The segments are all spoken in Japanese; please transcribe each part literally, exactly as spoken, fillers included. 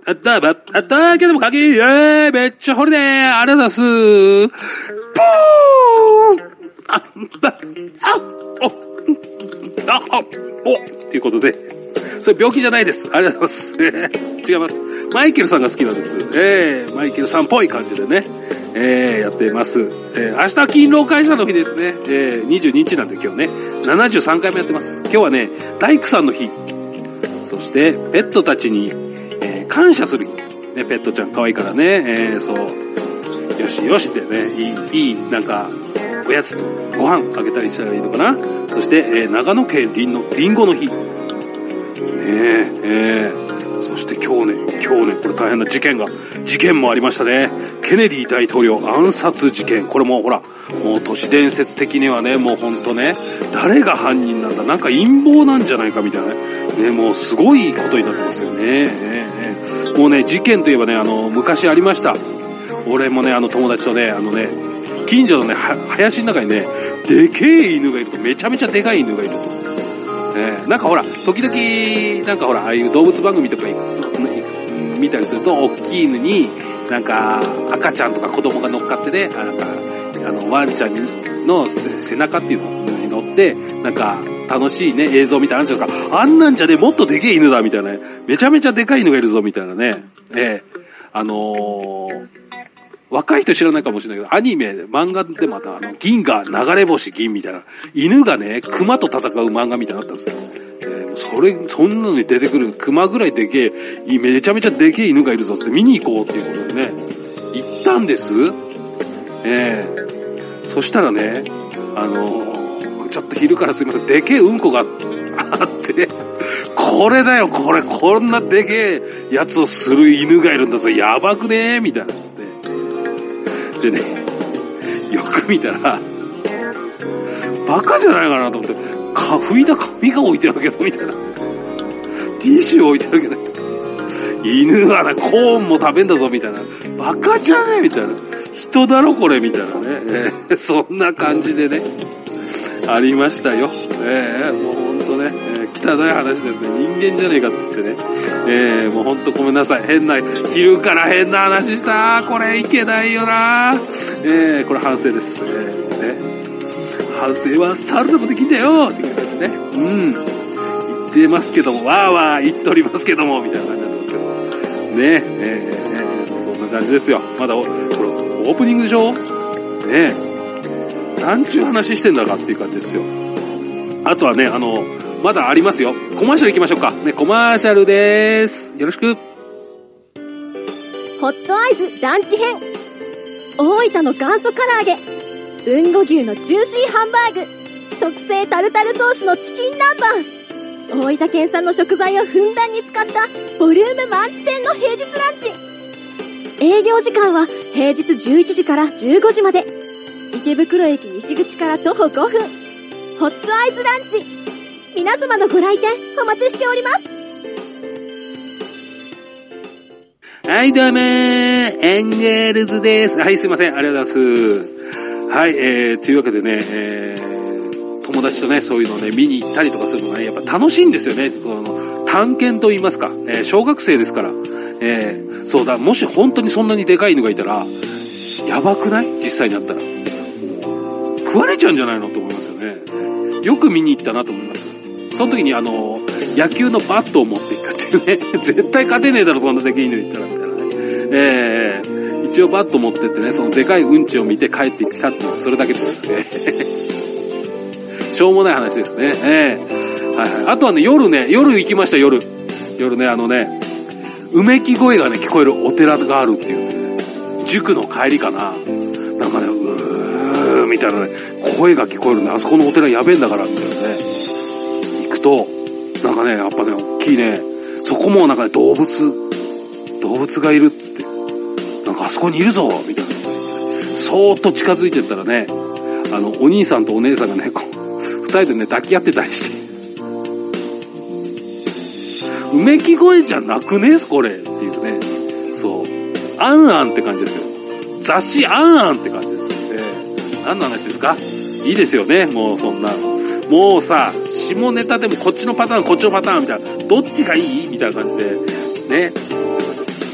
あったば、あったけども鍵、えー、めっちゃ掘りねー。ありがとうございます。ポーあ、あ、あ、お、あ、あ、お、っていうことで、それ病気じゃないです。ありがとうございます。違います。マイケルさんが好きなんです。えー、マイケルさんっぽい感じでね、えー、やってます。えー、明日は勤労感謝の日ですね。えー、にじゅうににちなんで今日ね、ななじゅうさんかいめやってます。今日はね、大工さんの日。そして、ペットたちに、えー、感謝する日。ね、ペットちゃん可愛いからね、えー、そう、よしよしってね、いい、いい、なんか、おやつとご飯あげたりしたらいいのかな。そして、えー、長野県りんの、りんごの日。ねえ、えー、そして今日ね、今日ね、これ大変な事件が、事件もありましたね。ケネディ大統領暗殺事件。これもほら、もう都市伝説的にはね、もうほんとね、誰が犯人なんだ、なんか陰謀なんじゃないかみたいなね、ね、もうすごいことになってますよね。ねねもうね、事件といえばね、あの、昔ありました。俺もね、あの友達とね、あのね、近所のね、は林の中にね、でけえ犬がいると、めちゃめちゃでかい犬がいると。ね、なんかほら、時々、なんかほら、ああいう動物番組とか見たりすると、大きい犬に、なんか、赤ちゃんとか子供が乗っかってね、あなんか、あの、ワンちゃんの背中っていうのに乗って、なんか、楽しいね、映像みたいなのあるんですか。あんなんじゃね、もっとでけえ犬だ、みたいなね。めちゃめちゃでかい犬がいるぞ、みたいなね。ええー、あのー、若い人知らないかもしれないけど、アニメ、漫画でまた、あの、銀河流れ星銀みたいな、犬がね、熊と戦う漫画みたいなのあったんですよ。えー、それ、そんなのに出てくる熊ぐらいでけえ、めちゃめちゃでけえ犬がいるぞって見に行こうっていうことでね、行ったんです。えー、そしたらね、あのー、ちょっと昼からすいません、でけえうんこがあって、これだよ、これ、こんなでけえやつをする犬がいるんだぞ、やばくねえみたいな。でね、よく見たら、バカじゃないかなと思って、か、拭いた髪が置いてあるけど、みたいな。ティッシュ置いてあるけど、犬はな、コーンも食べんだぞ、みたいな。バカじゃないみたいな。人だろ、これ、みたいなね。えー、そんな感じでね、ありましたよ。えー、もうほんとね、えー、汚い話ですね。人間じゃねえかって言ってね。えー、もうほんとごめんなさい。変な、昼から変な話した。これいけないよな。えー、これ反省です。えー、ね。反省は猿でもできんだよって言ってね。うん。言ってますけども、わーわー言っておりますけども、みたいな感じなんですけど。ねえ、えー、そんな感じですよ。まだ、これ、オープニングでしょ？ねえ。なんちゅう話してんだかっていう感じですよ。あとはね、あの、まだありますよ。コマーシャル行きましょうか。ね、コマーシャルでーす。よろしく。 ホットアイズランチ編。大分の元祖唐揚げ。豊後牛のジューシーハンバーグ。特製タルタルソースのチキン南蛮。大分県産の食材をふんだんに使ったボリューム満点の平日ランチ。営業時間は平日じゅういちじからじゅうごじまで。池袋駅西口から徒歩ごふん。ホットアイズランチ。皆様のご来店お待ちしております。 はいどうもー、エンゲルズです。はい、すいません、ありがとうございます。はい、えー、というわけでね、えー、友達とね、そういうのね、見に行ったりとかするのがね、やっぱ楽しいんですよね。この探検と言いますか、えー、小学生ですから、えー、そうだ、もし本当にそんなにでかい犬がいたら、やばくない？実際にあったら。食われちゃうんじゃないのと思いますよね。よく見に行ったなと思います。その時にあの、野球のバットを持っていくっていうね、絶対勝てねえだろ、そんなでけえ犬いったら、みたいなね。えー、一応バット持ってってね、そのでかいうんちを見て帰ってきたっていう、それだけですね。しょうもない話ですね。えー、はいはい。あとはね、夜ね、夜行きました、夜。夜ね、あのね、うめき声がね、聞こえるお寺があるっていうね、塾の帰りかな。なんかね、うーみたいなね、声が聞こえるね、あそこのお寺やべえんだから、みたいなね。行くと、なんかね、やっぱね、大きいね、そこもなんかね、動物、動物がいるっつって、なんかあそこにいるぞみたいな。そーっと近づいてったらね、あの、お兄さんとお姉さんがね、こう、二人でね、抱き合ってたりして。うめき声じゃなくねこれっていうね。そう。あんあんって感じですよ。雑誌あんあんって感じですよね。何の話ですか？いいですよね、もうそんな。もうさ、下ネタでもこっちのパターン、こっちのパターンみたいな。どっちがいいみたいな感じで。ね。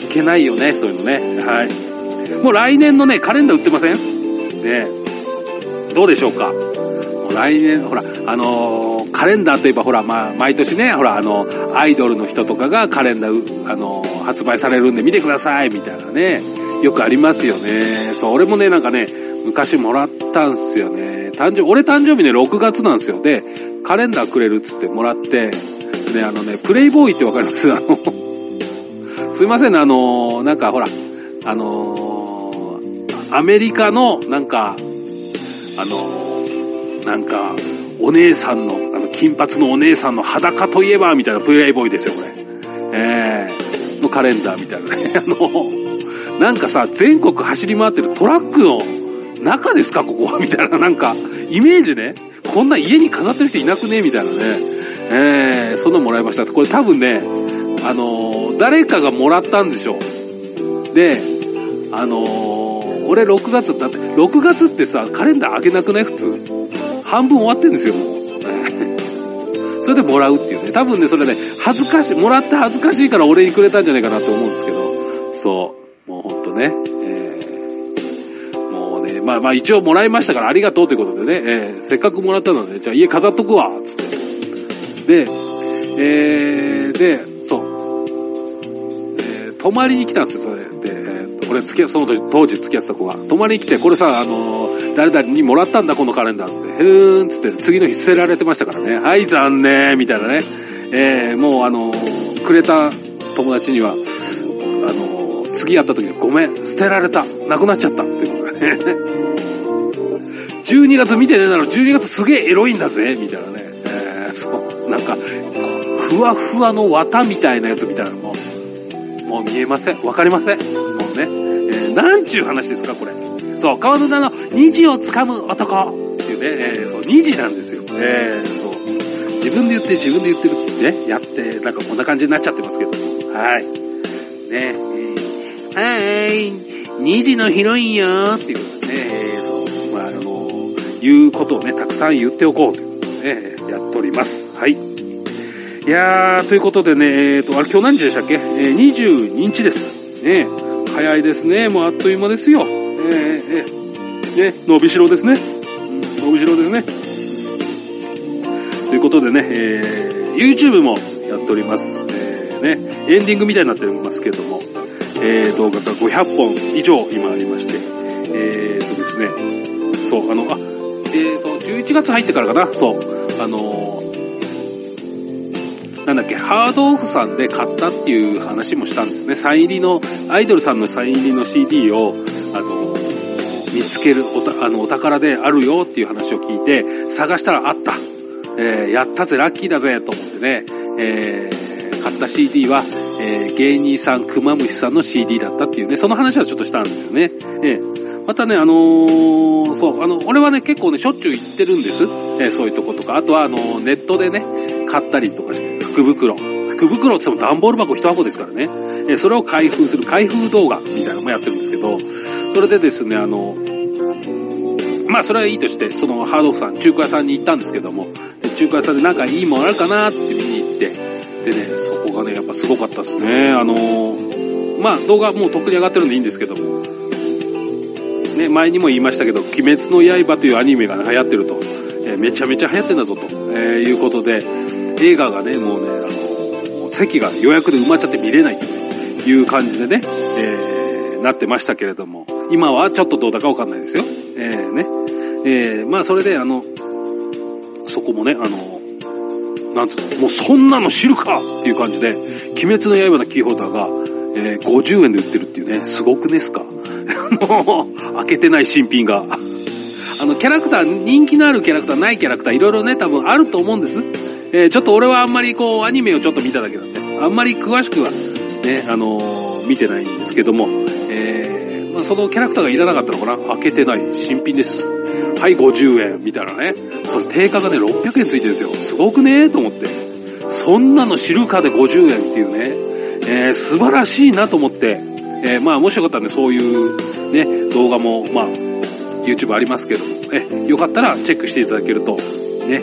けないよね、そういうのね。はい。もう来年のね、カレンダー売ってません？ね、どうでしょうか。もう来年、ほら、あのー、カレンダーといえばほら、まあ、毎年ね、ほら、あの、アイドルの人とかがカレンダー、あのー、発売されるんで見てください、みたいなね。よくありますよね。そう、俺もね、なんかね、昔もらったんすよね。誕生、俺誕生日ね、ろくがつなんですよ。で、カレンダーくれるっつってもらって、で、あのね、プレイボーイってわかります？あの、すいませんね、あのー、なんかほら、あのー、アメリカの、なんか、あのー、なんか、お姉さんの、あの、金髪のお姉さんの裸といえば、みたいなプレイボーイですよ、これ。えー、のカレンダーみたいなね。あの、なんかさ、全国走り回ってるトラックの中ですか、ここはみたいな、なんか、イメージね、こんな家に飾ってる人いなくねみたいなね。えー、そんなのもらいました。これ多分ね、あのー、誰かがもらったんでしょう。で、あのー、俺ろくがつだって、ろくがつってさ、カレンダーあげなくない普通。半分終わってんですよ、もう。それでもらうっていうね。多分ね、それね、恥ずかしい、もらって恥ずかしいから俺にくれたんじゃないかなと思うんですけど、そう、もうほんとね、えー、もうね、まあまあ一応もらいましたからありがとうということでね、えー、せっかくもらったので、じゃあ家飾っとくわ、つって。で、えー、で、そう、えー、泊まりに来たんですよ、それで。えー、俺付き合、その時、当時付き合ってた子が、泊まりに来て、これさ、あのー、誰々にもらったんだ、このカレンダー、つって。ふーん、つって、次の日捨てられてましたからね。はい、残念、みたいなね。えー、もうあのー、くれた友達には、あのー、次やった時に、ごめん、捨てられた、なくなっちゃった、っていうことがね。じゅうにがつ見てねえだろ、じゅうにがつすげえエロいんだぜ、みたいなね。えー、そう、なんか、ふわふわの綿みたいなやつみたいなのも、もう見えません。わかりません。もうね。えー、なんちゅう話ですか、これ。そう、川戸田の虹をつかむ男っていうね、えー、そう、虹なんですよ。えー、そう。自分で言って自分で言ってるってね、やって、なんかこんな感じになっちゃってますけど。はい。ね、えー、はーい、虹のヒロインよーっていうことでね、えー、そう、まあ、あのー、言うことをね、たくさん言っておこうということでね、やっております。はい。いやー、ということでね、えーと、あれ今日何日でしたっけ？えー、にじゅうににちです。ね、早いですね。もうあっという間ですよ。えー、えー、ね、伸びしろですね。伸びしろですね。ということでね、えー、YouTube もやっております。えー、ね、エンディングみたいになってますけども、えー、動画がごひゃっぽん以上今ありまして、えーとですね、そう、あの、あ、えーと、じゅういちがつ入ってからかな、そう、あのー、なんだっけ、ハードオフさんで買ったっていう話もしたんですね。サイン入りの、アイドルさんのサイン入りの シーディー を、あのー、見つける、おた、あの、お宝であるよっていう話を聞いて、探したらあった。えー、やったぜ、ラッキーだぜ、と思ってね、えー、買った シーディー は、えー、芸人さん、クマムシさんの シーディー だったっていうね、その話はちょっとしたんですよね。えー、またね、あのー、そう、あの、俺はね、結構ね、しょっちゅう行ってるんです。えー、そういうとことか、あとは、あのー、ネットでね、買ったりとかして、福袋。福袋って言っても段ボール箱一箱ですからね。えー、それを開封する開封動画みたいなのもやってるんですけど、それでですね、あの、まあそれはいいとして、そのハードオフさん、中華屋さんに行ったんですけども、中華屋さんでなんかいいものあるかなって見に行って、でね、そこがね、やっぱすごかったですね。あのー、まあ動画もうとっくに上がってるんでいいんですけども、ね、前にも言いましたけど、鬼滅の刃というアニメが、ね、流行ってると、えー、めちゃめちゃ流行ってんだぞと、えー、いうことで、映画がね、もうね、あのー、席が予約で埋まっちゃって見れないという感じでね、えー、なってましたけれども、今はちょっとどうだかわかんないですよ。えー、ね。えー、まあそれであの、そこもね、あの、なんつうの、もうそんなの知るかっていう感じで、鬼滅の刃のキーホルダーが、えー、ごじゅうえんで売ってるっていうね、すごくですか。あの、開けてない新品が。あの、キャラクター、人気のあるキャラクター、ないキャラクター、いろいろね、多分あると思うんです。えー、ちょっと俺はあんまりこう、アニメをちょっと見ただけなんで、あんまり詳しくは、ね、あのー、見てないんですけども、えー、まあ、そのキャラクターがいらなかったのかな、開けてない新品です。はい、ごじゅうえん、みたいなね。それ定価がね、ろっぴゃくえんついてるんですよ。すごくねーと思って。そんなの知るかでごじゅうえんっていうね、えー、素晴らしいなと思って、えー、まあ、もしよかったらね、そういうね、動画も、まあ、YouTube ありますけども、え、よかったらチェックしていただけると、ね、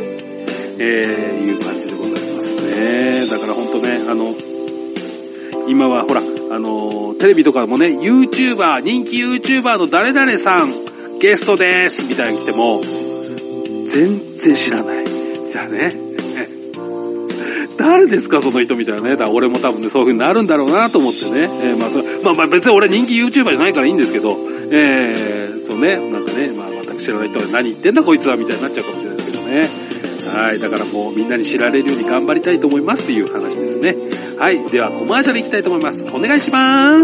えー、いう感じでございますね。だからほんとね、あの、今はほら、 あのー、テレビとかもね、YouTuber、人気 YouTuber の誰々さん、ゲストです、みたいに来ても、全然知らない。じゃあね、誰ですかその人みたいなね。だから俺も多分ね、そういう風になるんだろうなと思ってね。えー、まあ、まあ、まあ別に俺人気 YouTuber じゃないからいいんですけど、えー、そうね、なんかね、まあ私知らない人は何言ってんだこいつはみたいになっちゃうかもしれないですけどね。はい、だからもうみんなに知られるように頑張りたいと思いますっていう話ですね。はい、ではコマーシャル行きたいと思います。お願いします。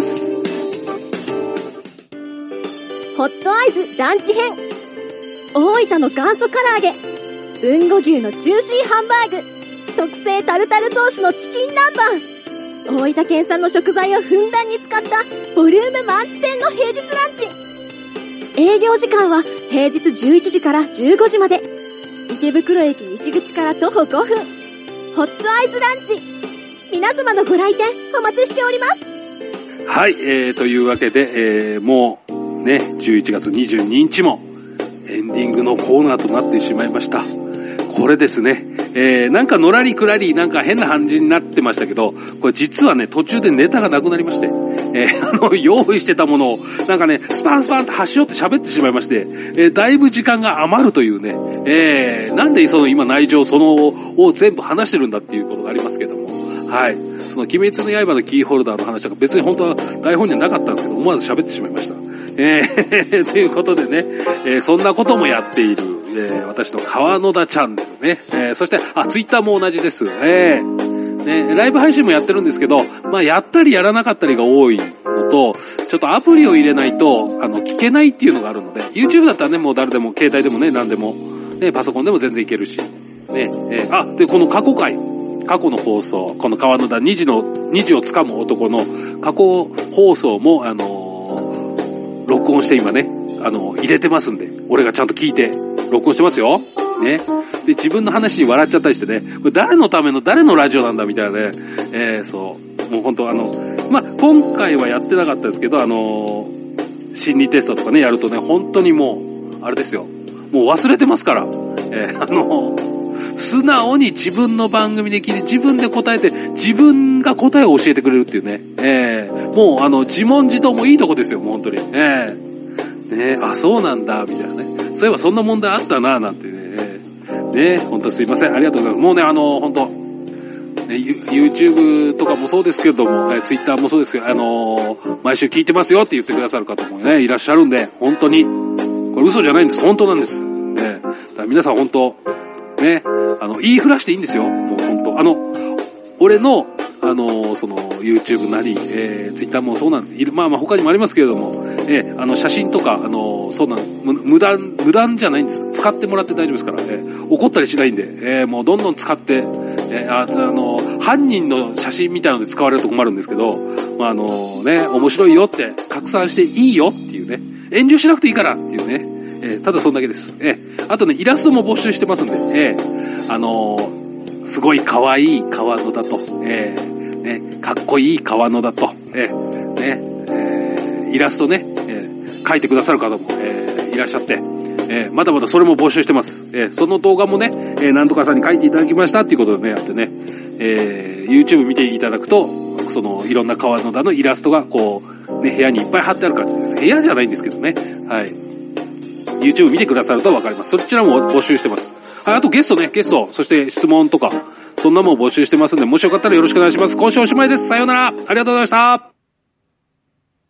ホットアイズランチ編。大分の元祖唐揚げ、豊後牛のジューシーハンバーグ、特製タルタルソースのチキン南蛮。大分県産の食材をふんだんに使ったボリューム満点の平日ランチ。営業時間は平日じゅういちじからじゅうごじまで。池袋駅西口から徒歩ごふん。ホットアイズランチ。皆様のご来店お待ちしております。 はい、えー、というわけで、えー、もうね、じゅういちがつにじゅうににちもエンディングのコーナーとなってしまいました。これですね、えー、なんかのらりくらりなんか変な感じになってましたけど、これ実はね、途中でネタがなくなりまして、えー、あの、用意してたものを、なんかね、スパンスパンって端折って喋ってしまいまして、えー、だいぶ時間が余るというね、えー、なんでその今内情そのを全部話してるんだっていうことがありますけども、はい。その鬼滅の刃のキーホルダーの話とか別に本当は台本にはなかったんですけど、思わず喋ってしまいました。えー、ということでね、えー、そんなこともやっている、えー、私の川野田チャンネルね、えー、そして、あ、ツイッターも同じです。えー、ね、ライブ配信もやってるんですけど、まあ、やったりやらなかったりが多いのと、ちょっとアプリを入れないと、あの、聞けないっていうのがあるので、YouTube だったらね、もう誰でも、携帯でもね、何でも、ね、パソコンでも全然いけるし、ね、えー、あ、で、この過去回、過去の放送、この川野田虹の、虹をつかむ男の過去放送も、あのー、録音して今ね、あのー、入れてますんで、俺がちゃんと聞いて、録音してますよ。ね。で、自分の話に笑っちゃったりしてね、これ誰のための誰のラジオなんだみたいなね、えー、そう、もう本当あの、まあ、今回はやってなかったですけど、あのー、心理テストとかね、やるとね、本当にもう、あれですよ、もう忘れてますから、えー、あのー、素直に自分の番組で聞いて自分で答えて自分が答えを教えてくれるっていうね、えー、もうあの自問自答もいいとこですよ、もう本当に、えー、ね、あ、そうなんだみたいなね、そういえばそんな問題あったななんてね、ね、本当すいません、ありがとうございます。もうね、あの本当、ね、YouTube とかもそうですけども、ね、Twitter もそうですけど、あのー、毎週聞いてますよって言ってくださる方もねいらっしゃるんで、本当にこれ嘘じゃないんです、本当なんです。ね、だから皆さん本当ね、あの、言いふらしていいんですよ。もう本当。あの、俺の、あの、その、YouTube なり、えー、Twitter もそうなんです。いる、まあまあ他にもありますけれども、えー、あの、写真とか、あの、そうなん、無駄、無駄じゃないんです。使ってもらって大丈夫ですから、えー、怒ったりしないんで、えー、もうどんどん使って、えー、あ、あの、犯人の写真みたいなので使われると困るんですけど、まあ、あのね、面白いよって、拡散していいよっていうね、遠慮しなくていいからっていうね、えー、ただそんだけです。えー、あとね、イラストも募集してますんで、えー、あのー、すごい可愛い川野だと、えー、ね、かっこいい川野だと、えー、ね、えー、イラストね、えー、描いてくださる方も、えー、いらっしゃって、えー、まだまだそれも募集してます。えー、その動画もね、えー、なんとかさんに書いていただきましたっていうことでね、やってね、えー、YouTube 見ていただくと、その、いろんな川野田のイラストが、こう、ね、部屋にいっぱい貼ってある感じです。部屋じゃないんですけどね。はい。YouTube 見てくださるとわかります。そちらも募集してます。はい、あとゲストね、ゲスト、そして質問とか、そんなもん募集してますんで、もしよかったらよろしくお願いします。今週おしまいです。さようなら。ありがとうございました。